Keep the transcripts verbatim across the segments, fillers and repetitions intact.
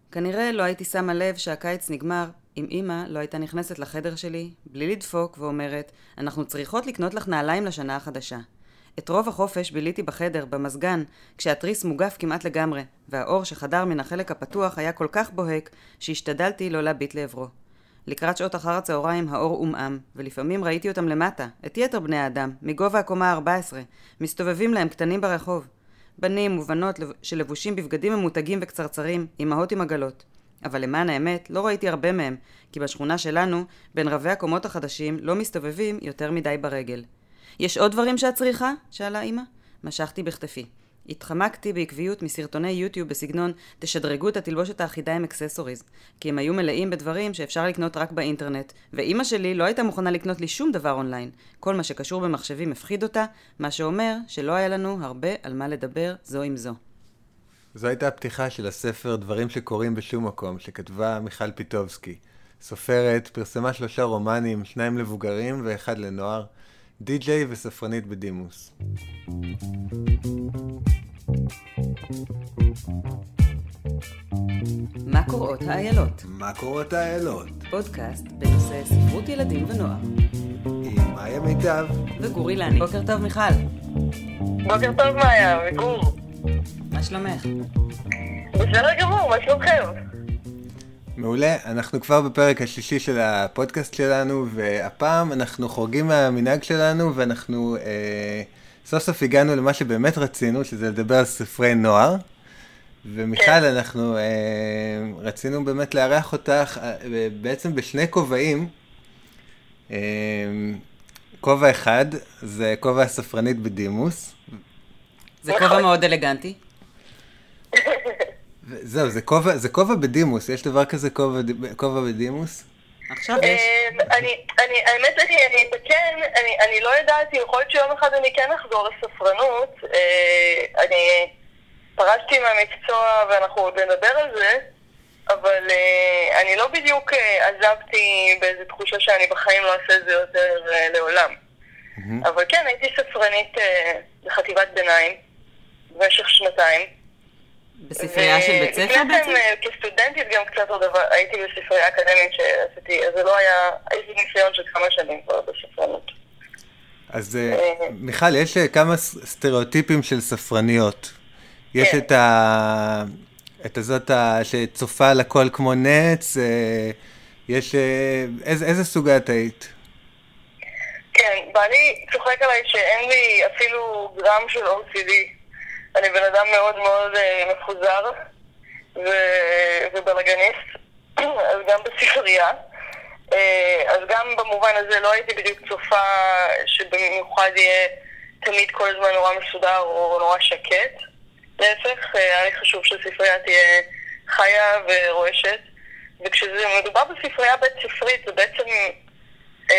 כנראה לא הייתי שמה לב שהקיץ נגמר אם אמא לא הייתה נכנסת לחדר שלי בלי לדפוק ואומרת, אנחנו צריכות לקנות לך נעליים לשנה החדשה. את רוב החופש ביליתי בחדר, במזגן, כשהתריס מוגף כמעט לגמרי, והאור שחדר מן החלק הפתוח היה כל כך בוהק שהשתדלתי לא להביט לעברו. לקראת שעות אחר הצהריים האור אומעם, ולפעמים ראיתי אותם למטה, את יתר בני האדם, מגובה הקומה ה-ארבע עשרה, מסתובבים להם קטנים ברחוב. בנים ובנות שלבושים בבגדים ממותגים וקצרצרים, אמהות עם עגלות. אבל למען האמת, לא ראיתי הרבה מהם, כי בשכונה שלנו, בין רבי הקומות החדשים, לא מסתובבים יותר מדי ברגל. יש עוד דברים שאת צריכה? שאלה אמא. משכתי בכתפי. התחמקתי בעקביות מסרטוני יוטיוב בסגנון תשדרגו את התלבושת האחידה עם אקססוריז, כי הם היו מלאים בדברים שאפשר לקנות רק באינטרנט, ואמא שלי לא הייתה מוכנה לקנות לי שום דבר אונליין. כל מה שקשור במחשבים הפחיד אותה, מה שאומר שלא היה לנו הרבה על מה לדבר זו עם זו. זו הייתה הפתיחה של הספר דברים שקורים בשום מקום, שכתבה מיכל פיטובסקי. סופרת, פרסמה שלושה רומנים, שניים לבוגרים ואחד לנוער, די-ג'יי וספרנית בדימוס. מה קורות האיילות? מה קורות האיילות? פודקאסט בנושא ספרות ילדים ונוער. עם מאיה מיטב וגורי לני. בוקר טוב מיכל. בוקר טוב מאיה וגור. מה שלומך? בסדר גמור, מה שלומכם? מעולה, אנחנו כבר בפרק השלישי של הפודקאסט שלנו, והפעם אנחנו חורגים מהמנהג שלנו, ואנחנו אה, סוף סוף הגענו למה שבאמת רצינו, שזה לדבר על ספרי נוער. ומיכל, כן. אנחנו אה, רצינו באמת לארח אותך אה, בעצם בשני כובעים. אה, כובע אחד זה כובע הספרנית בדימוס. זה כובע מאוד אלגנטי. זהו, זה כובע, זה כובע בדימוס, יש דבר כזה כובע, כובע בדימוס? עכשיו יש. אני, אני, האמת היא, אני אתקן, אני, אני לא יודעת, יכול להיות שיום אחד אני כן אחזור לספרנות, אני פרשתי מהמקצוע ואנחנו עוד נדבר על זה, אבל אני לא בדיוק עזבתי באיזו תחושה שאני בחיים לא אעשה את זה יותר לעולם. אבל כן, הייתי ספרנית בחטיבת ביניים במשך שנתיים. בספרייה של בית ספר בעצם? כסטודנטית גם קצת עוד דבר, הייתי בספרייה אקדמית שעשיתי, אז זה לא היה, הייתי ניסיון של כמה שנים כבר בספרנות. אז מיכל, יש כמה סטריאוטיפים של ספרניות. יש את ה... את הזאת שצופה על הכל כמו נץ, יש... איזה סוגה את היית? כן, בעלי צוחק עליי שאין לי אפילו גרם של או סי די. אני בן אדם מאוד מאוד uh, מפוזר ו- ובלגניסט, אז גם בספרייה. Uh, אז גם במובן הזה לא הייתי בדיוק צופה שבמיוחד יהיה תמיד כל הזמן נורא מסודר או נורא שקט. להפך, uh, היה לי חשוב שספרייה תהיה חיה ורועשת. וכשזה מדובר בספרייה בית ספרית, זה בעצם uh,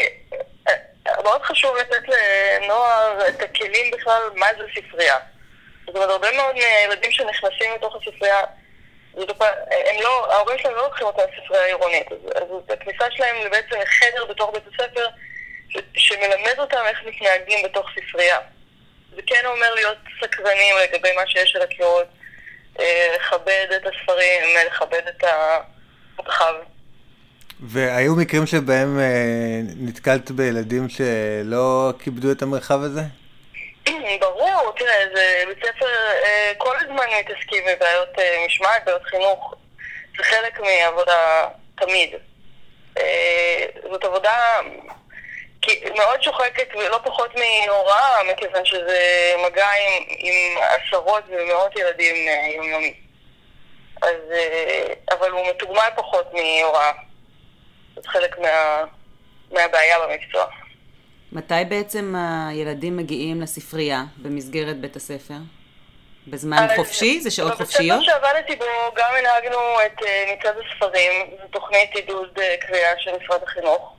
uh, מאוד חשוב לתת לנוער את הכלים בכלל מה זה ספרייה. זאת אומרת, הרבה מאוד ילדים שנכנסים לתוך הספרייה, הם לא, ההורים שלהם לא לוקחים אותה לספרייה עירונית, אז, אז הכניסה שלהם לבעצם חדר בתוך בית הספר, ש, שמלמד אותם איך מתנהגים בתוך ספרייה. זה כן אומר להיות סקרנים לגבי מה שיש על הקירות, לכבד את הספרים, לכבד את המרחב. והיו מקרים שבהם נתקלת בילדים שלא כיבדו את המרחב הזה? ברור, תראה, זה בית ספר כל הזמן מתעסקים בבעיות משמעת, בעיות חינוך. זה חלק מעבודה תמיד. זאת עבודה מאוד שוחקת ולא פחות מהוראה, מכיוון שזה מגע עם, עם עשרות ומאות ילדים יומיומי. אז, אבל הוא מתוגמל פחות מהוראה. זה חלק מה, מהבעיה במקצוע. מתי בעצם הילדים מגיעים לספרייה במסגרת בית הספר? בזמן חופשי? זה שעות חופשיות? בבית הספר שעבדתי בו גם הנהגנו את מצעד הספרים, זו תוכנית עידוד קריאה של משרד החינוך.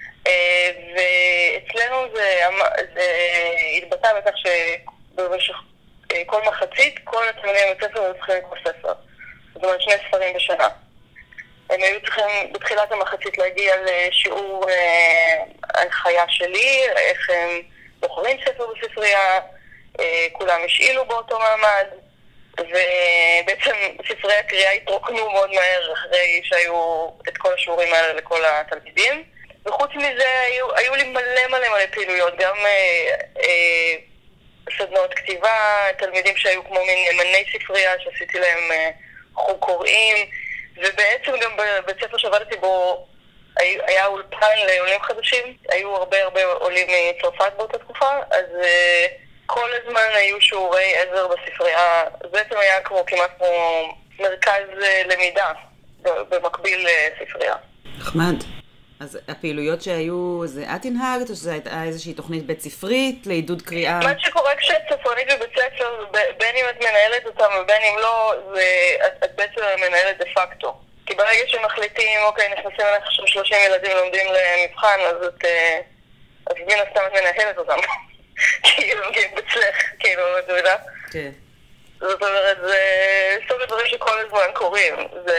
ואצלנו זה, זה התבטא בכך שבמשך כל מחצית, כל התלמידים בבית הספר היו צריכים לקרוא ספר. זאת אומרת שני ספרים בשנה. הם היו צריכים בתחילת המחצית להגיע לשיעור הנחיה שלי, איך הם בוחרים ספר בספרייה, כולם השאילו באותו מעמד, ובעצם ספרי הקריאה התרוקנו מאוד מהר אחרי שהיו את כל השיעורים האלה לכל התלמידים. וחוץ מזה היו, היו לי מלא מלא מלא פעילויות, גם אה, אה, סדנאות כתיבה, תלמידים שהיו כמו מין אמני ספרייה שעשיתי להם אה, חוג קוראים, ובעצם גם בבית ספר שעבדתי בו היה, היה אולפן לעולים חדשים, היו הרבה הרבה עולים מצרפת באותה תקופה, אז אה, כל הזמן היו שיעורי עזר בספרייה, בעצם היה כמו כמעט כמו מרכז אה, למידה במקביל לספרייה. נחמד. אז הפעילויות שהיו, זה את הנהגת, או שזו הייתה איזושהי תוכנית בית ספרית לעידוד קריאה? מה שקורה כשאת ספרנית בבית ספר, בין אם את מנהלת אותם ובין אם לא, זה, את, את בעצם מנהלת דה פקטו. כי ברגע שמחליטים, אוקיי, נכנסים אליך שלושים ילדים לומדים למבחן, אז את, אז מן הסתם את מנהלת אותם. כאילו, בצלך, כאילו, את יודעת? כן. זאת אומרת, זה סוג הדברים שכל הזמן קורים. זה...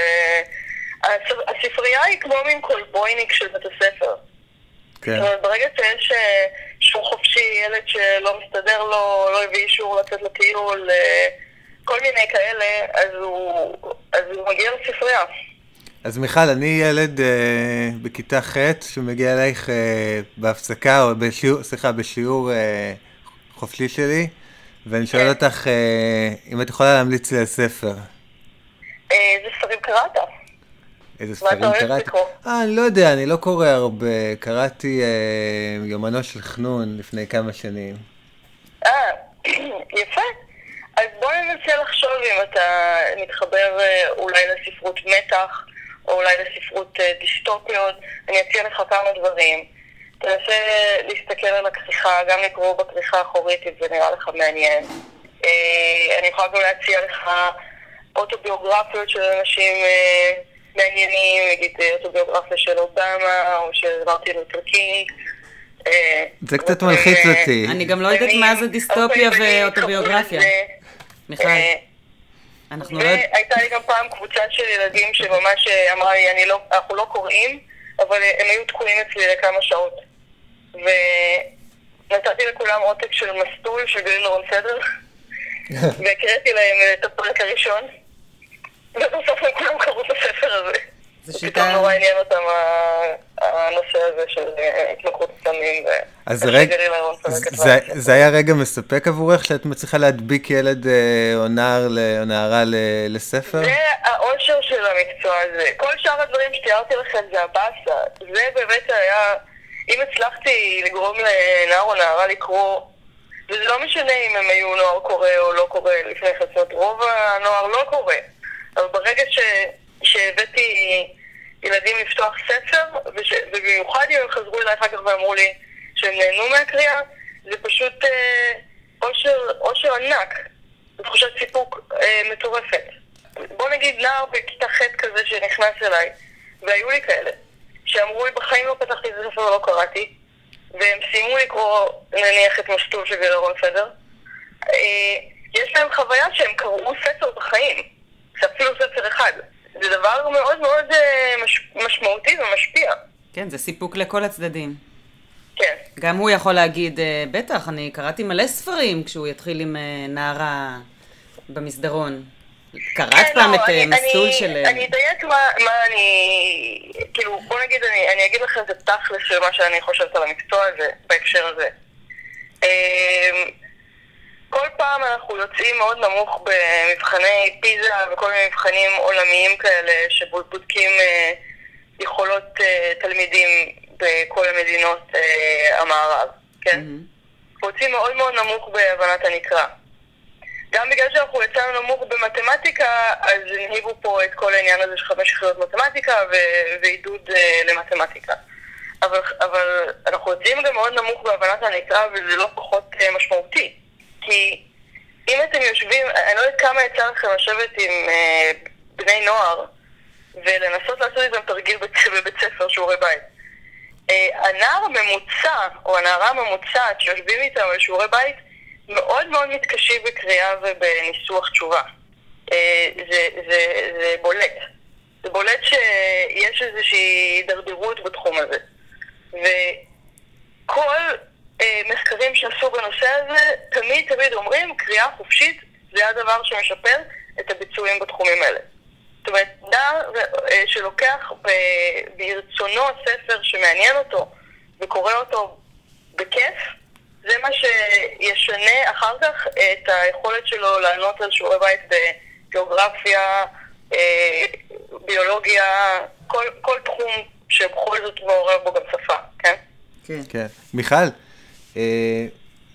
הספרייה היא כמו מין קולבויניק של בית הספר. כן. זאת אומרת, ברגע שיש שיעור חופשי, ילד שלא מסתדר לו, לא הביא אישור לצאת לטיול, כל מיני כאלה, אז הוא, אז הוא מגיע לספרייה. אז מיכל, אני ילד אה, בכיתה ח' שמגיע אלייך אה, בהפסקה, או בשיעור, סליחה, בשיעור אה, חופשי שלי, ואני שואל אותך אה, אם את יכולה להמליץ לי על ספר. איזה ספרים קראת? איזה ספרים קראתי? אה, אני לא יודע, אני לא קורא הרבה. קראתי אה, יומנו של חנון לפני כמה שנים. אה, יפה. אז בוא ננסה לחשוב אם אתה מתחבר אה, אולי לספרות מתח, או אולי לספרות אה, דיסטופיות. אני אציע לך כמה דברים. תנסה להסתכל על הכריכה, גם לקרוא בכריכה האחורית, אם זה נראה לך מעניין. אה, אני יכולה גם להציע לך אוטוביוגרפיות של אנשים... אה, מעניינים, נגיד אוטוביוגרפיה של אובמה, או של מרטין לותר קינג. זה קצת מלחיץ אותי. אני גם לא יודעת מה זה דיסטופיה ואוטוביוגרפיה. מיכל, אנחנו לא יודעת... והייתה לי גם פעם קבוצה של ילדים שממש אמרה לי, אנחנו לא קוראים, אבל הם היו תקועים אצלי לכמה שעות. ונתתי לכולם עותק של מסלול של גליל רון פדר, והקראתי להם את הפרק הראשון. ובסוף הם כולם קראו את הספר הזה. זה שיטה... פתאום נורא עניין אותם הנושא הזה של התמכרות סמים. אז רגע, זה היה רגע מספק עבורך שאת מצליחה להדביק ילד או נער או נערה לספר? זה האושר של המקצוע הזה. כל שאר הדברים שתיארתי לכם זה הבאסה. זה באמת היה, אם הצלחתי לגרום לנער או נערה לקרוא, וזה לא משנה אם הם היו נוער קורא או לא קורא לפני חצות, רוב הנוער לא קורא. אבל ברגע ש... שהבאתי ילדים לפתוח ספר, וש... ובמיוחד אם הם חזרו אליי אחר כך ואמרו לי שהם נהנו מהקריאה, זה פשוט אה, אושר, אושר ענק, תחושת סיפוק אה, מטורפת. בוא נגיד נער בכיתה ח' כזה שנכנס אליי, והיו לי כאלה, שאמרו לי בחיים לא פתחתי את הספר ולא קראתי, והם סיימו לקרוא נניח את מסלול של גליל רון פדר. אה, יש להם חוויה שהם קראו ספר בחיים. זה אפילו ספר אחד. זה דבר מאוד מאוד מש... משמעותי ומשפיע. כן, זה סיפוק לכל הצדדים. כן. גם הוא יכול להגיד, בטח, אני קראתי מלא ספרים כשהוא יתחיל עם נערה במסדרון. קראת כן, פעם לא, את אני, מסלול אני, של... אני אדייק מה, מה אני... כאילו, בוא נגיד, אני, אני אגיד לכם את התכלס של מה שאני חושבת על המקצוע הזה, בהקשר הזה. כל פעם אנחנו יוצאים מאוד נמוך במבחני פיזה וכל מיני מבחנים עולמיים כאלה שבודקים אה, יכולות אה, תלמידים בכל המדינות אה, המערב, כן? Mm-hmm. יוצאים מאוד מאוד נמוך בהבנת הנקרא. גם בגלל שאנחנו יצאנו נמוך במתמטיקה, אז הנהיגו פה את כל העניין הזה של חמש יחידות מתמטיקה ו- ועידוד אה, למתמטיקה. אבל, אבל אנחנו יוצאים גם מאוד נמוך בהבנת הנקרא וזה לא פחות אה, משמעותי. כי אם אתם יושבים, אני לא יודעת כמה יצא לכם לשבת עם אה, בני נוער ולנסות לעשות איתם תרגיל בבית ספר, שיעורי בית. אה, הנער הממוצע או הנערה הממוצעת שיושבים איתם על שיעורי בית מאוד מאוד מתקשים בקריאה ובניסוח תשובה. אה, זה, זה, זה בולט. זה בולט שיש איזושהי דרדרות בתחום הזה. וכל... מחקרים שעשו בנושא הזה, תמיד תמיד אומרים, קריאה חופשית זה הדבר שמשפר את הביצועים בתחומים האלה. זאת אומרת, נער שלוקח ברצונו ספר שמעניין אותו וקורא אותו בכיף, זה מה שישנה אחר כך את היכולת שלו לענות על שיעורי בית בגיאוגרפיה, ביולוגיה, כל, כל תחום שבכל זאת מעורר בו גם שפה, כן? כן. כן. מיכל, אה,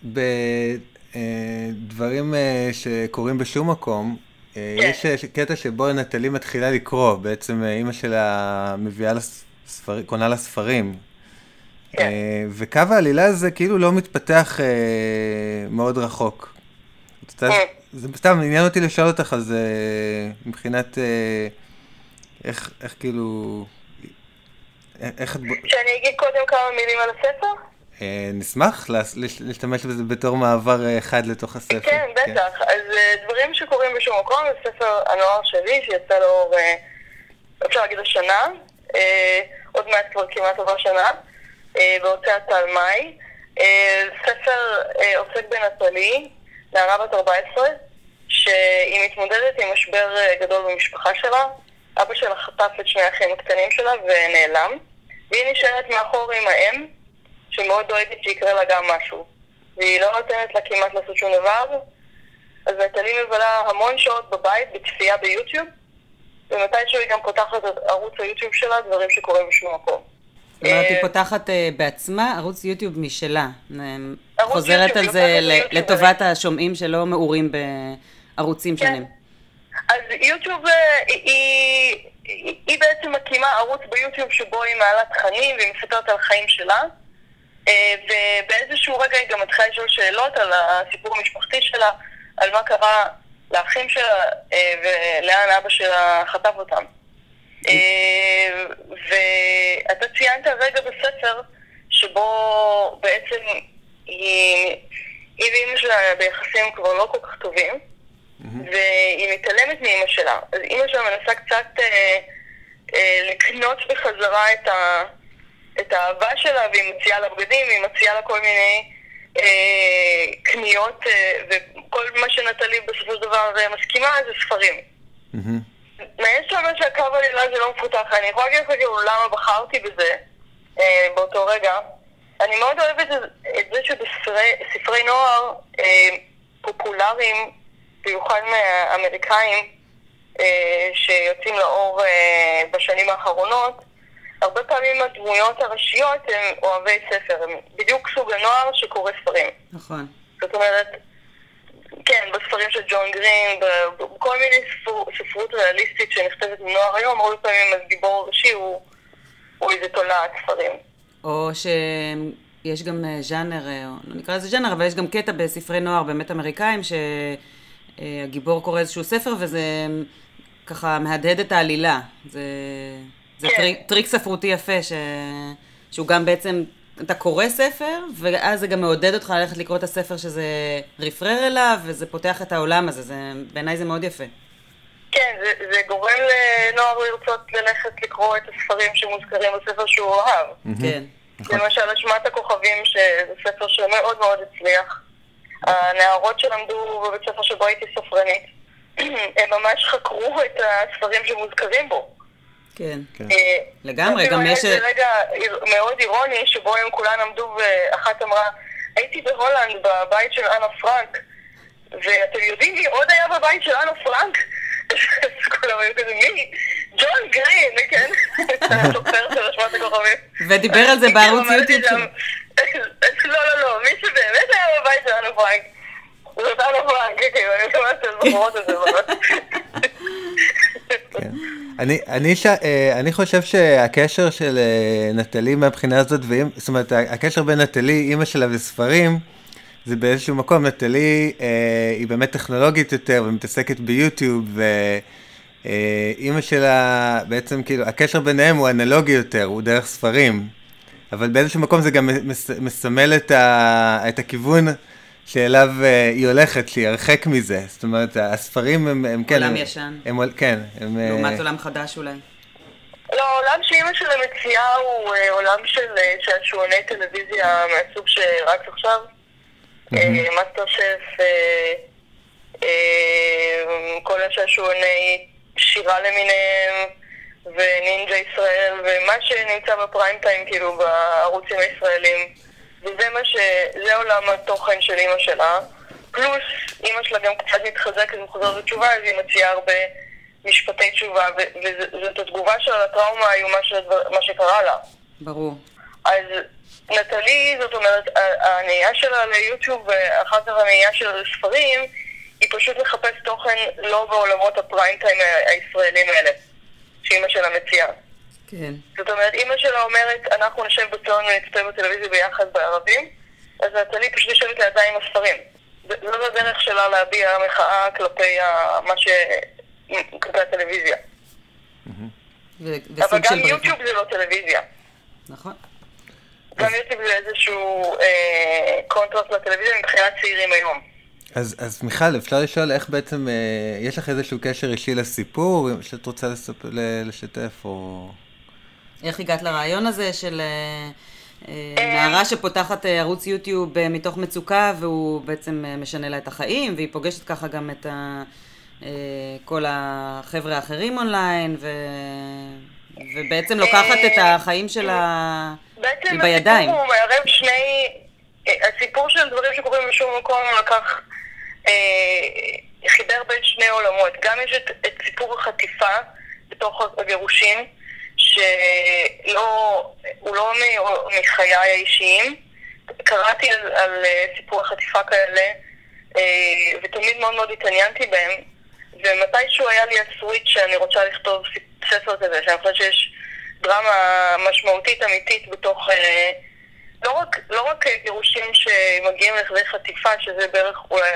בדברים אה, שקורים בשום מקום, אה, כן. יש קטע שבו נטלי מתחילה לקרוא, בעצם אמא שלה מביאה לספר, קונה לספרים. כן. אה, וקו העלילה הזה כאילו לא מתפתח אה, מאוד רחוק. כן. זה סתם, עניין אותי לשאול אותך, אז אה, מבחינת אה, איך, איך כאילו... איך את... שאני אגיד קודם כמה מילים על הספר? אה, נשמח להשתמש בזה בתור מעבר אחד לתוך הספר. כן, בטח. אז דברים שקורים בשום מקום, זה ספר הנוער שלי, שיצא לאור, אפשר להגיד השנה, עוד מעט כבר כמעט עבר שנה, בהוצאת תלמי. ספר עוסק בנטלי, נערה בת ארבע עשרה, שהיא מתמודדת עם משבר גדול במשפחה שלה. אבא שלה חטף את שני האחים הקטנים שלה ונעלם, והיא נשארת מאחור עם האם, שמאוד דואגת שיקרה לה גם משהו. והיא לא נותנת לה כמעט לעשות שום דבר, אז נטלי מבלה המון שעות בבית, בצפייה ביוטיוב, ומתישהו היא גם פותחת את ערוץ היוטיוב שלה, דברים שקורים בשום מקום. זאת אומרת, היא פותחת בעצמה ערוץ יוטיוב משלה. חוזרת על זה לטובת השומעים שלא מעורים בערוצים שונים. אז יוטיוב היא, היא, היא בעצם מקימה ערוץ ביוטיוב שבו היא מעלה תכנים והיא מספרת על חיים שלה, ובאיזשהו רגע היא גם מתחילה לשאול שאלות על הסיפור המשפחתי שלה, על מה קרה לאחים שלה ולאן אבא שלה חטף אותם. ואתה ציינת רגע בספר שבו בעצם היא, היא ואמא שלה ביחסים כבר לא כל כך טובים, והיא מתעלמת מאמא שלה. אז אמא שלה מנסה קצת אה, אה, לקנות בחזרה את, ה, את האהבה שלה, והיא מציעה לה בגדים, והיא מציעה לה כל מיני אה, קניות, אה, וכל מה שנטלי בסופו של דבר מסכימה זה ספרים. מעניין שאומר שהקו העלילה זה לא מפותח. אני יכולה להגיד לך כאילו למה בחרתי בזה אה, באותו רגע. אני מאוד אוהבת את, את זה שבספרי נוער אה, פופולריים, במיוחד מהאמריקאים אה, שיוצאים לאור אה, בשנים האחרונות, הרבה פעמים הדמויות הראשיות הם אוהבי ספר, הם בדיוק סוג הנוער שקורא ספרים. נכון. זאת אומרת, כן, בספרים של ג'ון גרין, בכל מיני ספר, ספרות ריאליסטית שנכתבת מנוער היום, הרבה פעמים הגיבור הראשי הוא, הוא איזה תולעת ספרים. או שיש גם ז'אנר, לא נקרא לזה ז'אנר, אבל יש גם קטע בספרי נוער באמת אמריקאים, שהגיבור קורא איזשהו ספר, וזה ככה מהדהד את העלילה. זה, זה כן. טריק, טריק ספרותי יפה, ש, שהוא גם בעצם, אתה קורא ספר, ואז זה גם מעודד אותך ללכת לקרוא את הספר שזה רפרר אליו, וזה פותח את העולם הזה. זה, בעיניי זה מאוד יפה. כן, זה, זה גורם לנוער לרצות ללכת לקרוא את הספרים שמוזכרים בספר שהוא אוהב. כן. למשל, אשמת הכוכבים, שזה ספר שמאוד מאוד הצליח. הנערות שלמדו בבית ספר שבו הייתי ספרנית, הם ממש חקרו את הספרים שמוזכרים בו. כן, לגמרי, גם יש... זה רגע מאוד אירוני שבו הם כולן עמדו ואחת אמרה, הייתי בהולנד בבית של אנה פרנק, ואתם יודעים מי עוד היה בבית של אנה פרנק? אז כולם היו כזה, מי? ג'ון גרין, כן? הסופר של אשמת הכוכבים. ודיבר על זה בערוץ יוטיוב שלו. לא, לא, לא, מי שבאמת היה בבית של אנה פרנק, זאת אנה פרנק, כאילו, אני מקווה שאתם זוכרות את זה ממש. אני, אני, ש... אני חושב שהקשר של נטלי מהבחינה הזאת, ואם, זאת אומרת, הקשר בין נטלי, אמא שלה וספרים, זה באיזשהו מקום. נטלי אה, היא באמת טכנולוגית יותר, ומתעסקת ביוטיוב, ואמא שלה, בעצם כאילו, הקשר ביניהם הוא אנלוגי יותר, הוא דרך ספרים. אבל באיזשהו מקום זה גם מס, מסמל את, ה, את הכיוון שאליו היא הולכת, שהיא הרחק מזה. זאת אומרת, הספרים הם, הם כן... עולם ישן. הם, הם, כן. הם, לעומת עולם חדש אולי. לא, העולם שאמא שלה מציעה הוא עולם של שעשוני טלוויזיה מהסוג שרק עכשיו. מאסטר שף, כל השעשועוני שירה למיניהם, ונינג'ה ישראל, ומה שנמצא בפריים טיים, כאילו, בערוצים הישראלים. וזה מה ש... זה עולם התוכן של אמא שלה. פלוס, אמא שלה גם קצת מתחזקת ומחוזרת בתשובה, אז היא מציעה הרבה משפטי תשובה, ו- וזאת התגובה שלה לטראומה האיומה של מה שקרה לה. ברור. אז נטלי, זאת אומרת, הנהייה שלה ליוטיוב ואחר כך הנהייה שלה לספרים, היא פשוט לחפש תוכן לא בעולמות הפריים טיים הישראלים האלה, שאמא שלה מציעה. כן. זאת אומרת, אמא שלה אומרת, אנחנו נשב בצלון ונצפה בטלוויזיה ביחד בערבים, אז נטלי פשוט יושבת לידה עם הספרים. זאת הדרך שלה להביע מחאה כלפי מה ש... כלפי הטלוויזיה. אבל גם יוטיוב זה לא טלוויזיה. נכון. גם יוטיוב זה איזשהו קונטרסט לטלוויזיה מבחינת צעירים היום. אז, אז מיכל, אפשר לשאול איך בעצם, אה, יש לך איזשהו קשר אישי לסיפור, שאת רוצה לספ... לשתף, או... איך הגעת לרעיון הזה של אה, אה, נערה שפותחת אה, ערוץ יוטיוב אה, מתוך מצוקה, והוא בעצם אה, משנה לה את החיים, והיא פוגשת ככה גם את ה, אה, כל החבר'ה האחרים אונליין, ו, ובעצם לוקחת את החיים שלה בעצם בידיים. הסיפור הוא מערב שני, הסיפור של דברים שקורים בשום מקום לקח, חיבר בין שני עולמות. גם יש את, את סיפור החטיפה בתוך הגירושים, שהוא לא מחיי האישיים. קראתי על, על סיפור החטיפה כאלה, ותמיד מאוד מאוד התעניינתי בהם, ומתישהו היה לי הסוויץ' שאני רוצה לכתוב ספר כזה, שאני חושבת שיש דרמה משמעותית אמיתית בתוך... לא רק, לא רק גירושים שמגיעים לכדי חטיפה, שזה בערך אולי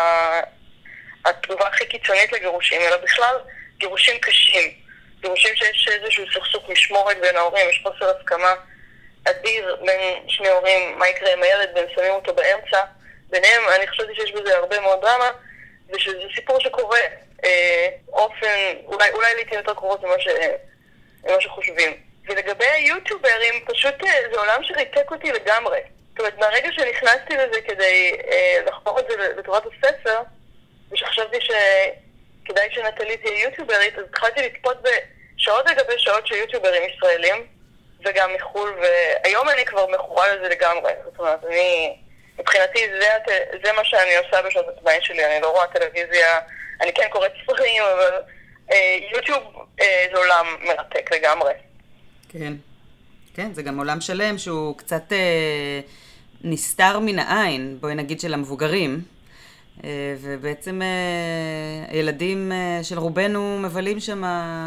התגובה הכי קיצונית לגירושים, אלא בכלל גירושים קשים. גירושים שיש איזשהו סכסוך משמורת בין ההורים, יש חוסר הסכמה אדיר בין שני הורים, מה יקרה עם הילד, והם שמים אותו באמצע. ביניהם, אני חושבת שיש בזה הרבה מאוד דרמה, ושזה סיפור שקורה אה, אופן, אולי, אולי לעתים יותר קורות ממה, ש, ממה שחושבים. ולגבי היוטיוברים, פשוט זה עולם שריתק אותי לגמרי. זאת אומרת, מהרגע שנכנסתי לזה כדי אה, לחקור את זה לטובת הספר, ושחשבתי שכדאי שנטלי תהיה יוטיוברית, אז התחלתי לצפות בשעות לגבי שעות של יוטיוברים ישראלים, וגם מחול, והיום אני כבר מכורה לזה לגמרי. זאת אומרת, אני, מבחינתי זה, זה מה שאני עושה בשעות התנאים שלי, אני לא רואה טלוויזיה, אני כן קוראת ספרים, אבל אה, יוטיוב אה, זה עולם מרתק לגמרי. כן, כן, זה גם עולם שלם שהוא קצת אה, נסתר מן העין, בואי נגיד של המבוגרים, אה, ובעצם אה, הילדים אה, של רובנו מבלים שם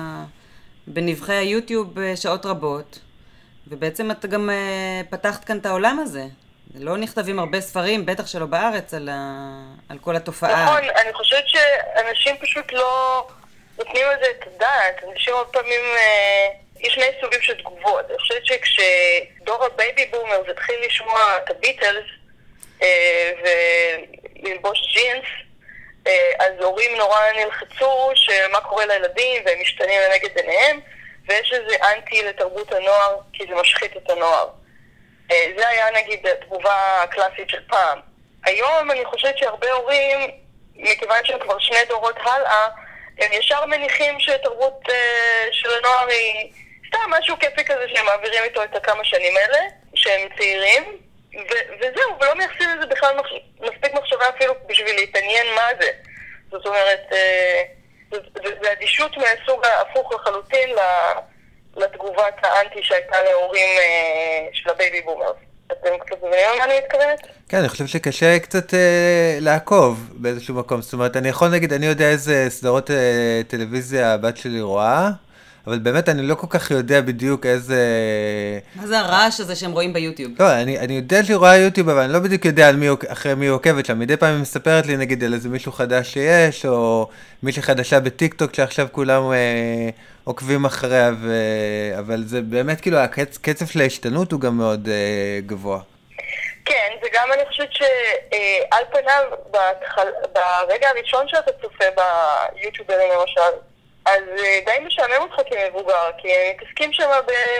בנבחי היוטיוב שעות רבות, ובעצם את גם אה, פתחת כאן את העולם הזה. לא נכתבים הרבה ספרים, בטח שלא בארץ, על, ה... על כל התופעה. נכון, אני חושבת שאנשים פשוט לא נותנים על זה את הדעת. אנשים עוד פעמים... אה... יש שני סוגים של תגובות. אני חושבת שכשדור הבייבי בומרס התחיל לשמוע את הביטלס אה, וללבוש ג'ינס, אה, אז הורים נורא נלחצו שמה קורה לילדים והם משתנים לנגד עיניהם, ויש איזה אנטי לתרבות הנוער כי זה משחית את הנוער. אה, זה היה נגיד התגובה הקלאסית של פעם. היום אני חושבת שהרבה הורים, מכיוון שהם כבר שני דורות הלאה, הם ישר מניחים שתרבות אה, של הנוער היא סתם משהו כיפי כזה שהם מעבירים איתו את הכמה שנים האלה, שהם צעירים, ו- וזהו, ולא מייחסים לזה בכלל מח- מספיק מחשבה אפילו בשביל להתעניין מה זה. זאת אומרת, אה, זה, זה, זה אדישות מהסוג ההפוך לחלוטין לתגובת האנטי שהייתה להורים אה, של הבייבי בומרס. אתם קצת מבינים מה אני מתכוונת? כן, אני חושב שקשה קצת אה, לעקוב באיזשהו מקום. זאת אומרת, אני יכול להגיד, אני יודע איזה סדרות אה, טלוויזיה הבת שלי רואה, אבל באמת אני לא כל כך יודע בדיוק איזה... מה זה הרעש הזה שהם רואים ביוטיוב? לא, אני, אני יודע שהיא רואה יוטיוב, אבל אני לא בדיוק יודע על מי, אחרי מי היא עוקבת שם. מדי פעם היא מספרת לי, נגיד, על איזה מישהו חדש שיש, או מישהי חדשה בטיקטוק שעכשיו כולם אה, עוקבים אחריה, ו... אבל זה באמת כאילו, הקצ... קצב של ההשתנות הוא גם מאוד אה, גבוה. כן, וגם אני חושבת שעל פניו, בתחל... ברגע הראשון שאתה צופה ביוטיוברים למשל, אז די משעמם אותך כמבוגר, כי הם מתעסקים שם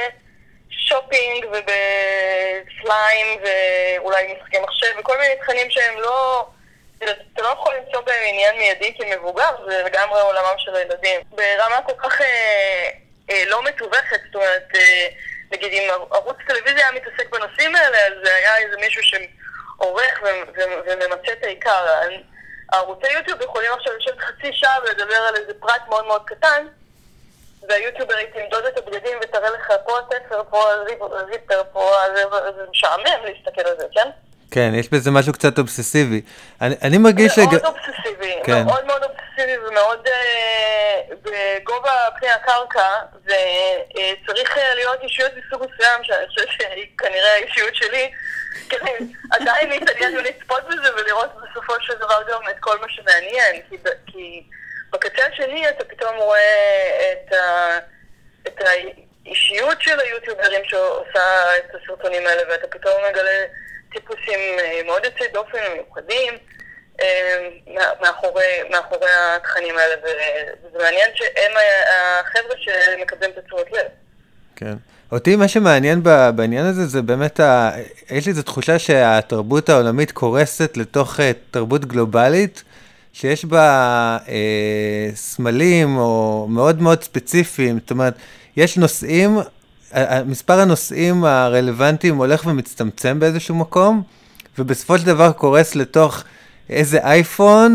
בשופינג ובסליים ואולי משחקי מחשב וכל מיני תכנים שהם לא אתה לא יכול למצוא בהם עניין מיידי כמבוגר, זה לגמרי עולמם של הילדים. ברמה כל כך אה, אה, לא מתווכת, זאת אומרת, אה, נגיד אם ערוץ טלוויזיה היה מתעסק בנושאים האלה, אז זה היה איזה מישהו שעורך וממצא את העיקר. הערוצי יוטיוב יכולים עכשיו לשבת חצי שעה ולדבר על איזה פרט מאוד מאוד קטן, והיוטיוברית תמדוד את הבגדים ותראה לך פה הספר, פה הזיפר, פה זה משעמם להסתכל על זה, כן? כן, יש בזה משהו קצת אובססיבי. אני, אני מרגיש... מאוד שג... אובססיבי, כן. מאוד מאוד אובססיבי ומאוד אה, בגובה פני הקרקע, וצריך אה, להיות אישיות בסוג מסוים, שאני חושבת שהיא כנראה האישיות שלי, כדי עדיין להתעניין ולצפות בזה ולראות בסופו של דבר גם את כל מה שמעניין, כי, כי בקצה השני אתה פתאום רואה את, ה, את האישיות של היוטיוברים שעושה את הסרטונים האלה, ואתה פתאום מגלה טיפוסים מאוד יוצאי דופן ומיוחדים מאחורי, מאחורי התכנים האלה, וזה מעניין שהם החבר'ה שמקבלים את תשומת לב. כן. אותי מה שמעניין בעניין הזה זה באמת, ה... יש לי איזו תחושה שהתרבות העולמית קורסת לתוך תרבות גלובלית, שיש בה אה, סמלים או מאוד מאוד ספציפיים, זאת אומרת, יש נושאים, מספר הנושאים הרלוונטיים הולך ומצטמצם באיזשהו מקום, ובסופו של דבר קורס לתוך איזה אייפון,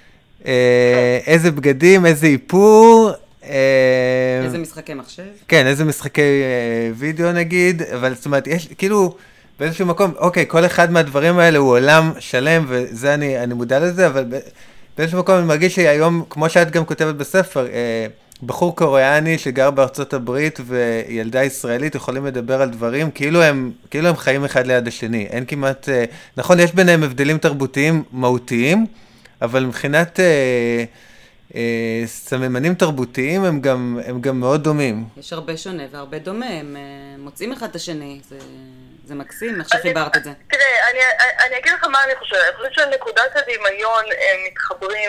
אה, איזה בגדים, איזה איפור, איזה משחקי מחשב? כן, איזה משחקי וידאו נגיד, אבל זאת אומרת, יש כאילו באיזשהו מקום, אוקיי, כל אחד מהדברים האלה הוא עולם שלם, וזה אני, אני מודע לזה, אבל באיזשהו מקום אני מרגיש שהיום, כמו שאת גם כותבת בספר, בחור קוריאני שגר בארצות הברית וילדה ישראלית יכולים לדבר על דברים כאילו הם, כאילו הם חיים אחד ליד השני. אין כמעט, נכון, יש ביניהם הבדלים תרבותיים מהותיים, אבל מבחינת אה, אה, סממנים תרבותיים הם גם, הם גם מאוד דומים. יש הרבה שונה והרבה דומה, הם אה, מוצאים אחד את השני, זה, זה מקסים, איך שחיברת את זה. תראה, אני, אני אגיד לך מה אני חושבת, אני חושבת שנקודת הדמיון הם מתחברים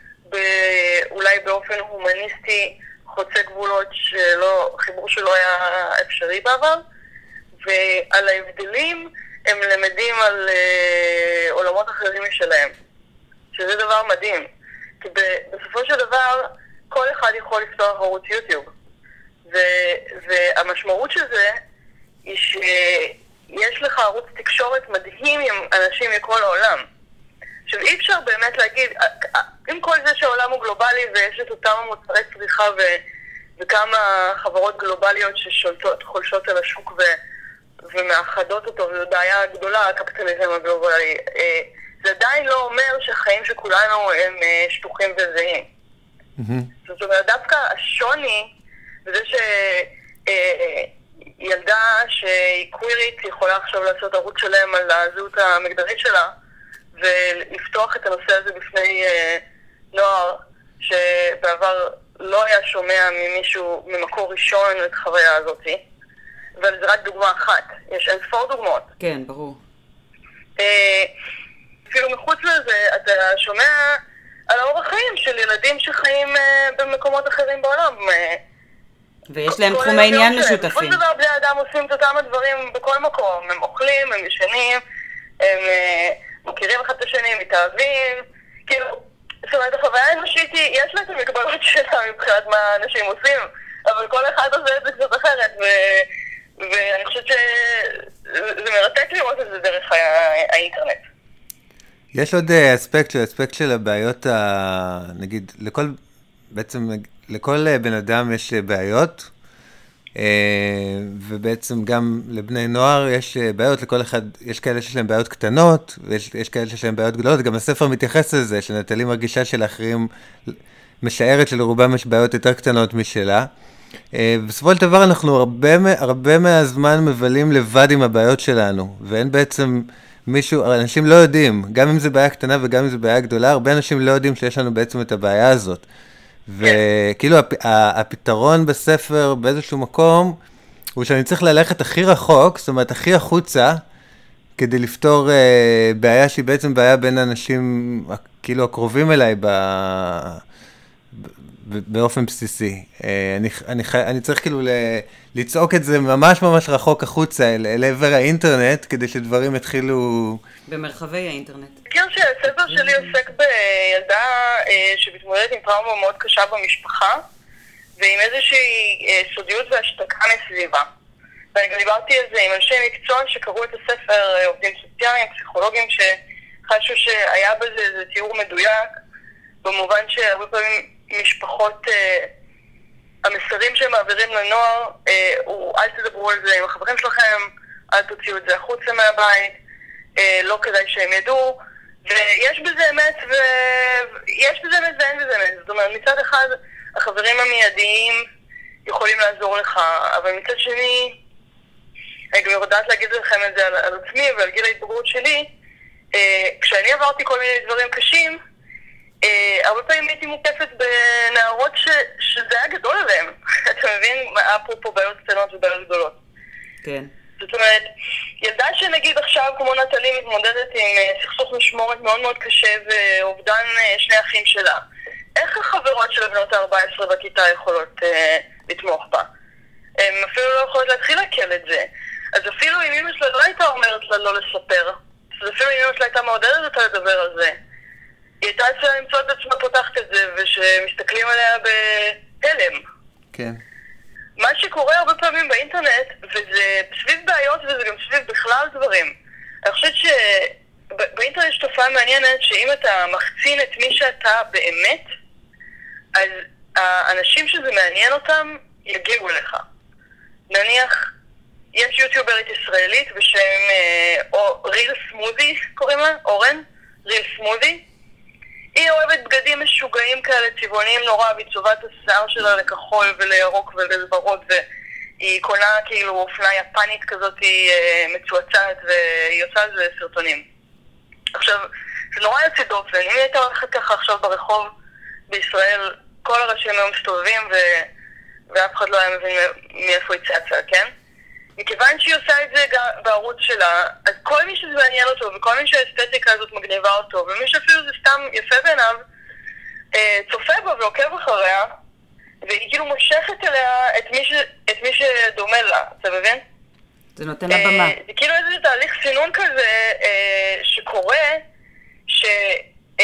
אולי באופן הומניסטי חוצה גבולות שלא, חיבור שלא היה אפשרי בעבר, ועל ההבדלים הם למדים על uh, עולמות אחרים משלהם, שזה דבר מדהים, כי בסופו של דבר כל אחד יכול לפתוח ערוץ יוטיוב, ו, והמשמעות של זה היא שיש לך ערוץ תקשורת מדהים עם אנשים מכל העולם. עכשיו אי אפשר באמת להגיד, עם כל זה שהעולם הוא גלובלי ויש את אותם מוצרי צריכה ו, וכמה חברות גלובליות ששולטות, חולשות על השוק ו, ומאחדות אותו, וזו בעיה גדולה, הקפיטליזם הגלובלי, זה עדיין לא אומר שהחיים שכולנו הם שטוחים וזהים. Mm-hmm. זאת אומרת, דווקא השוני, וזה שילדה שהיא קווירית יכולה עכשיו לעשות ערוץ שלם על הזהות המגדרית שלה, ולפתוח את הנושא הזה בפני אה, נוער שבעבר לא היה שומע ממישהו ממקור ראשון את החוויה הזאת, אבל זה רק דוגמה אחת, יש אין ספור דוגמאות. כן, ברור. אה, אפילו מחוץ לזה אתה שומע על האורח חיים של ילדים שחיים אה, במקומות אחרים בעולם. אה, ויש להם תחומי עניין משותפים. בכל דבר בני אדם עושים את אותם הדברים בכל מקום, הם אוכלים, הם ישנים, הם... אה, מכירים אחד את השני, מתאהבים, כאילו, זאת אומרת, החוויה האנושית היא, יש לה את המגבלות שלה מבחינת מה אנשים עושים, אבל כל אחד עושה את זה קצת אחרת, ו... ואני חושבת שזה מרתק לראות את זה דרך האינטרנט. יש עוד אספקט, אספקט של הבעיות, נגיד, לכל, בעצם, לכל בן אדם יש בעיות, ובעצם גם לבני נוער יש בעיות, לכל אחד, יש כאלה שיש להם בעיות קטנות, ויש יש כאלה שיש להם בעיות גדולות, גם הספר מתייחס לזה, שנטלי מרגישה שלאחרים משערת שלרובם יש בעיות יותר קטנות משלה. בסופו של דבר אנחנו הרבה, הרבה מהזמן מבלים לבד עם הבעיות שלנו, ואין בעצם מישהו, אנשים לא יודעים, גם אם זה בעיה קטנה וגם אם זה בעיה גדולה, הרבה אנשים לא יודעים שיש לנו בעצם את הבעיה הזאת. וכאילו הפתרון בספר באיזשהו מקום הוא שאני צריך ללכת הכי רחוק, זאת אומרת הכי החוצה, כדי לפתור בעיה שהיא בעצם בעיה בין האנשים כאילו הקרובים אליי באופן בסיסי. אני, אני, אני צריך כאילו לצעוק את זה ממש ממש רחוק החוצה אל עבר האינטרנט, כדי שדברים יתחילו... במרחבי האינטרנט. מכיר שהספר שלי עוסק בילדה שמתמודדת עם טראומה מאוד קשה במשפחה, ועם איזושהי סודיות והשתקה מסביבה. ואני דיברתי על זה עם אנשי מקצוע שקראו את הספר, עובדים סוציאליים, פסיכולוגים, שחשו שהיה בזה איזה תיאור מדויק, במובן שהרבה פעמים משפחות, אה, המסרים שהם מעבירים לנוער, אה, הוא אל תדברו על זה עם החברים שלכם, אל תוציאו את זה החוצה מהבית, אה, לא כדאי שהם ידעו, ויש בזה אמת, ויש בזה אמת ואין בזה אמת. זאת אומרת, מצד אחד, החברים המיידיים יכולים לעזור לך, אבל מצד שני, אני גם יודעת להגיד לכם את זה על, על עצמי ועל גיל ההתבגרות שלי, אה, כשאני עברתי כל מיני דברים קשים, אה, הרבה פעמים הייתי מוקפת בנערות ש, שזה היה גדול עליהם. אתה מבין? אפרופו בעיות קטנות ובעיות גדולות. כן. זאת אומרת, ילדה שנגיד עכשיו, כמו נטלי, מתמודדת עם אה, סכסוך משמורת מאוד מאוד קשה ואובדן אה, שני אחים שלה. איך החברות של בנות ה-ארבע עשרה בכיתה יכולות אה, לתמוך בה? הן אפילו לא יכולות להתחיל להקל את זה. אז אפילו אם אמא שלה לא הייתה אומרת לה לא לספר, אז אפילו אם אמא שלה הייתה מעודדת אותה לדבר על זה, היא הייתה צריכה למצוא את עצמה פותחת את זה, ושמסתכלים עליה בהלם. כן. מה שקורה הרבה פעמים באינטרנט, וזה סביב בעיות וזה גם סביב בכלל דברים. אני חושבת שבאינטרנט יש תופעה מעניינת, שאם אתה מחצין את מי שאתה באמת, אז האנשים שזה מעניין אותם יגיעו אליך. נניח, יש יוטיוברית ישראלית בשם או ריל סמודי, קוראים לה, אורן, ריל סמודי. היא אוהבת בגדים משוגעים כאלה, צבעוניים נורא, והיא צובעת את השיער שלה לכחול ולירוק ולוורוד, והיא קונה כאילו אופנה יפנית כזאת, היא מצועצעת, והיא עושה על זה סרטונים. עכשיו, זה נורא יוצא דופן. אם היא הייתה הולכת ככה עכשיו ברחוב בישראל, כל הראשים היו מסתובבים, ו... ואף אחד לא היה מבין מאיפה היא צעצה, כן? מכיוון שהיא עושה את זה בערוץ שלה, אז כל מי שזה מעניין אותו, וכל מי שהאסתטיקה הזאת מגניבה אותו, ומי שאפילו זה סתם יפה בעיניו, צופה בה ועוקב אחריה, והיא כאילו מושכת אליה את מי, ש... את מי שדומה לה, אתה מבין? זה נותן לה במה. זה כאילו איזה תהליך סינון כזה שקורה, שמי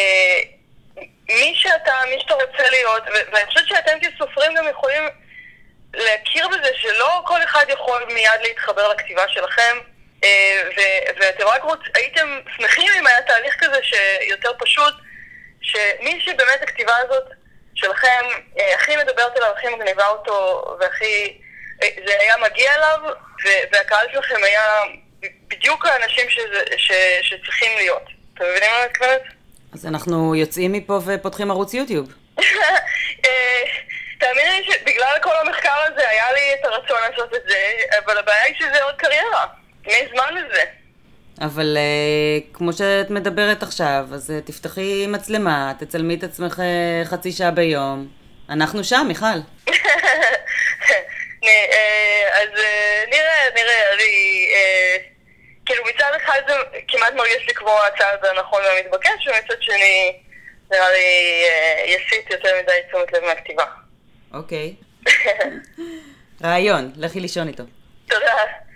שאתה, מי שאתה רוצה להיות, ואני חושבת שאתם כסופרים גם יכולים להכיר בזה שלא כל אחד יכול מיד להתחבר לכתיבה שלכם, ואתם רק רוצ... הייתם שמחים אם היה תהליך כזה שיותר פשוט, שמי שבאמת הכתיבה הזאת שלכם הכי מדברת אליו, הכי מגניבה אותו, והכי... זה היה מגיע אליו, והקהל שלכם היה בדיוק האנשים שזה... ש... שצריכים להיות. אתם מבינים מה אני מתכוונת? אז אנחנו יוצאים מפה ופותחים ערוץ יוטיוב. תאמין לי שבגלל כל המחקר הזה היה לי את הרצון לעשות את זה, אבל הבעיה היא שזה עוד קריירה. מי זמן לזה? אבל uh, כמו שאת מדברת עכשיו, אז uh, תפתחי מצלמה, תצלמי את עצמך uh, חצי שעה ביום. אנחנו שם, מיכל. אז uh, נראה, נראה, אני... Uh, כאילו מצד אחד זה כמעט מרגיש לי כמו הצעד הנכון והמתבקש, ומצד שני נראה לי uh, יסיט יותר מדי תשומת לב מהכתיבה. אוקיי. רעיון, לכי לישון איתו. תודה.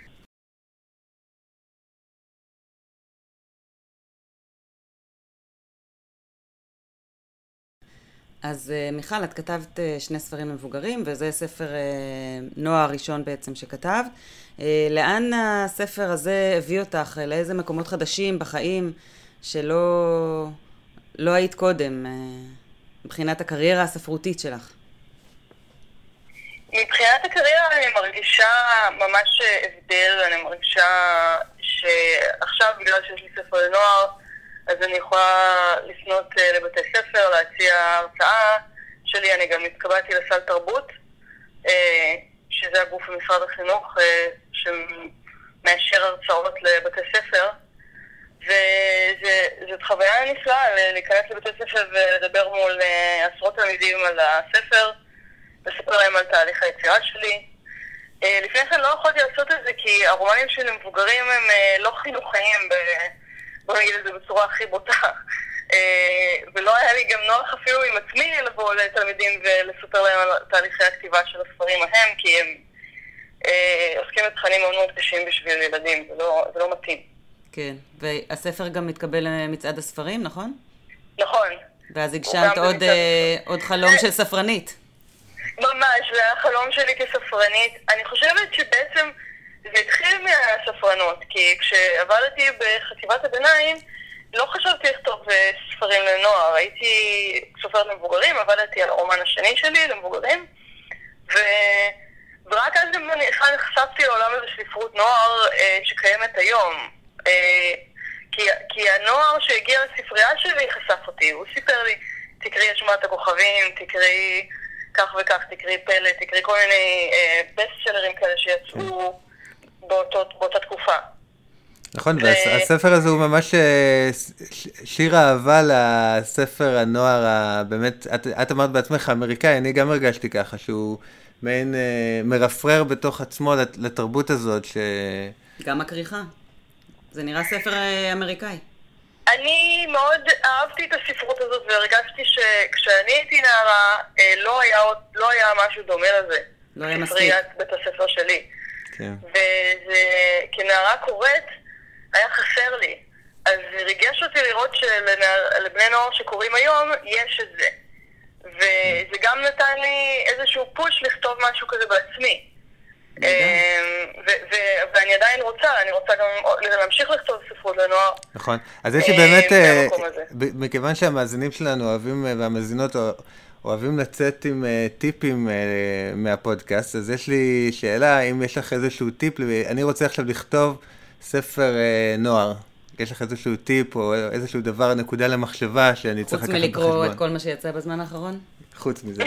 אז מיכל, את כתבת שני ספרים למבוגרים, וזה ספר נוער הראשון בעצם שכתבת. לאן הספר הזה הביא אותך? לאיזה מקומות חדשים בחיים שלא לא היית קודם, מבחינת הקריירה הספרותית שלך? מבחינת הקריירה אני מרגישה ממש הבדל, אני מרגישה שעכשיו בגלל שיש לי ספר לנוער, אז אני יכולה לפנות לבתי ספר, להציע הרצאה שלי. אני גם התקבלתי לסל תרבות, שזה הגוף במשרד החינוך שמאשר הרצאות לבתי ספר, וזאת חוויה נפלאה להיכנס לבתי ספר ולדבר מול עשרות תלמידים על הספר, לספר להם על תהליך היצירה שלי. לפני כן לא יכולתי לעשות את זה כי הרומנים שלי מבוגרים הם לא חינוכיים, בוא נגיד את זה בצורה הכי בוטה. ולא היה לי גם נוח אפילו עם עצמי לבוא לתלמידים ולספר להם על תהליכי הכתיבה של הספרים ההם, כי הם עוסקים בתכנים מאוד מאוד קשים בשביל ילדים, זה לא, זה לא מתאים. כן, והספר גם מתקבל למצעד הספרים, נכון? נכון. ואז הגשמת עוד, עוד חלום של ספרנית. ממש, זה היה חלום שלי כספרנית. אני חושבת שבעצם זה התחיל מהספרנות, כי כשעבדתי בחטיבת הביניים, לא חשבתי לכתוב ספרים לנוער. הייתי סופרת למבוגרים, עבדתי על הרומן השני שלי למבוגרים, ו... ורק אז אני נחשפתי לעולם הזה של ספרות נוער שקיימת היום. כי, כי הנוער שהגיע לספרייה שלי חשף אותי. הוא סיפר לי, תקראי את שמונת הכוכבים, תקראי כך וכך, תקראי פלא, תקראי כל מיני בסט סלרים כאלה שיצאו באותו, באותה תקופה. נכון, והספר הזה הוא ממש שיר אהבה לספר הנוער, באמת, את, את אמרת בעצמך, אמריקאי, אני גם הרגשתי ככה, שהוא מעין מרפרר בתוך עצמו לתרבות הזאת. ש... גם הכריכה. זה נראה ספר אמריקאי. אני מאוד אהבתי את הספרות הזאת, והרגשתי שכשאני הייתי נערה, לא היה, לא היה משהו דומה לזה. לא היה מספיק. ספריית בית הספר שלי. כן. וכנערה קוראת, היה חסר לי. אז ריגש אותי לראות שלבני נוער שקוראים היום, יש את זה. וזה גם נתן לי איזשהו פוש לכתוב משהו כזה בעצמי. ואני עדיין רוצה, אני רוצה גם להמשיך לכתוב ספרות לנוער. נכון. אז יש לי באמת, מכיוון שהמאזינים שלנו אוהבים, והמאזינות אוהבים לצאת עם טיפים מהפודקאסט, אז יש לי שאלה, אם יש לך איזשהו טיפ, אני רוצה עכשיו לכתוב ספר נוער. יש לך איזשהו טיפ או איזשהו דבר, נקודה למחשבה שאני צריך לקחת בחשבון. חוץ מלקרוא את כל מה שיצא בזמן האחרון? חוץ מזה.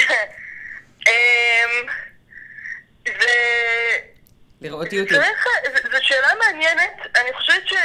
זה... לראות יוטיוב. זו שאלה מעניינת. אני חושבת ש...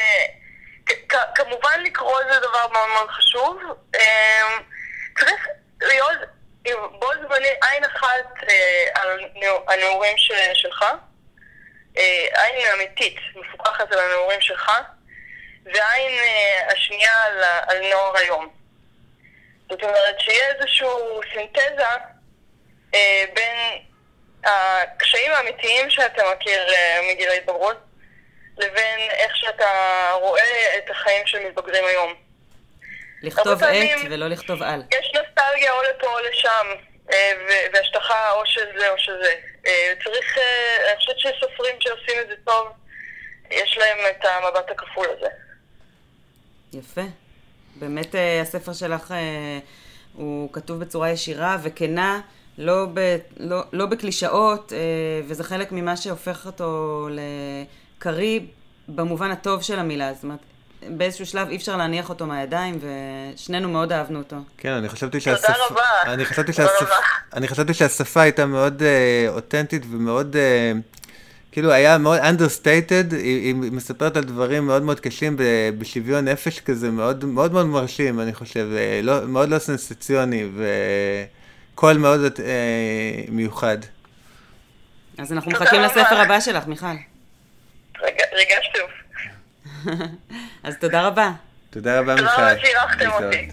כמובן לקרוא זה דבר מאוד מאוד חשוב. צריך להיות בו זמני עין אחת על הנעורים שלך, עין אמיתית, מפוקחת על הנעורים שלך, ועין השנייה על, על נוער היום. זאת אומרת שיהיה איזשהו סינתזה אה, בין הקשיים האמיתיים שאתה מכיר אה, מגיל ההתבגרות, לבין איך שאתה רואה את החיים של מתבגרים היום. לכתוב את ולא לכתוב על. יש נוסטלגיה או לפה או לשם, אה, והשטחה או של זה או של זה. אה, צריך, אה, אני חושבת שסופרים שעושים את זה טוב, יש להם את המבט הכפול הזה. יפה. באמת הספר שלך הוא כתוב בצורה ישירה וכנה, לא, ב, לא, לא בקלישאות, וזה חלק ממה שהופך אותו לקרי במובן הטוב של המילה. זאת אומרת, באיזשהו שלב אי אפשר להניח אותו מהידיים, ושנינו מאוד אהבנו אותו. כן, אני חשבתי שהשפה... תודה רבה. אני חשבתי שהשפה, אני חשבתי שהשפה הייתה מאוד uh, אותנטית ומאוד... Uh, כאילו היה מאוד understated, היא מספרת על דברים מאוד מאוד קשים בשוויון נפש כזה, מאוד מאוד מאוד מרשים, אני חושב, לא, מאוד לא סנסציוני, וקול מאוד אה, מיוחד. אז אנחנו מחכים לספר הבא שלך, מיכל. ריגש טוב. אז תודה רבה. תודה רבה, מיכל. תודה רבה שהירחתם אותי.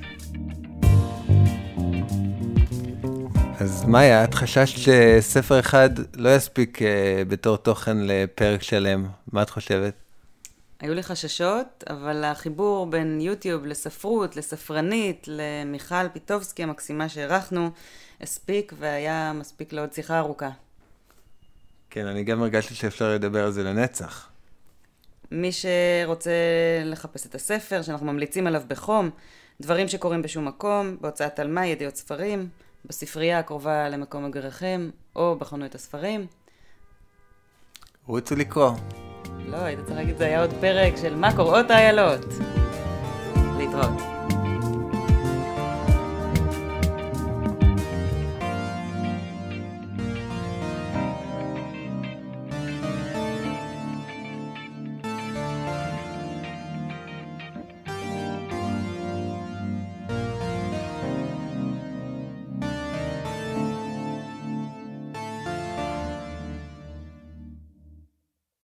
אז מאיה, את חששת שספר אחד לא יספיק uh, בתור תוכן לפרק שלם. מה את חושבת? היו לי חששות, אבל החיבור בין יוטיוב לספרות, לספרנית, למיכל פיטובסקי המקסימה שהערכנו, הספיק והיה מספיק לעוד שיחה ארוכה. כן, אני גם הרגשתי שאפשר לדבר על זה לנצח. מי שרוצה לחפש את הספר, שאנחנו ממליצים עליו בחום, דברים שקורים בשום מקום, בהוצאת תלמה, ידיעות ספרים, בספרייה הקרובה למקום מגוריכם, או בחנויות הספרים. רוצו לקרוא. לא, היית צריך להגיד, זה היה עוד פרק של מה קוראות האיילות. להתראות.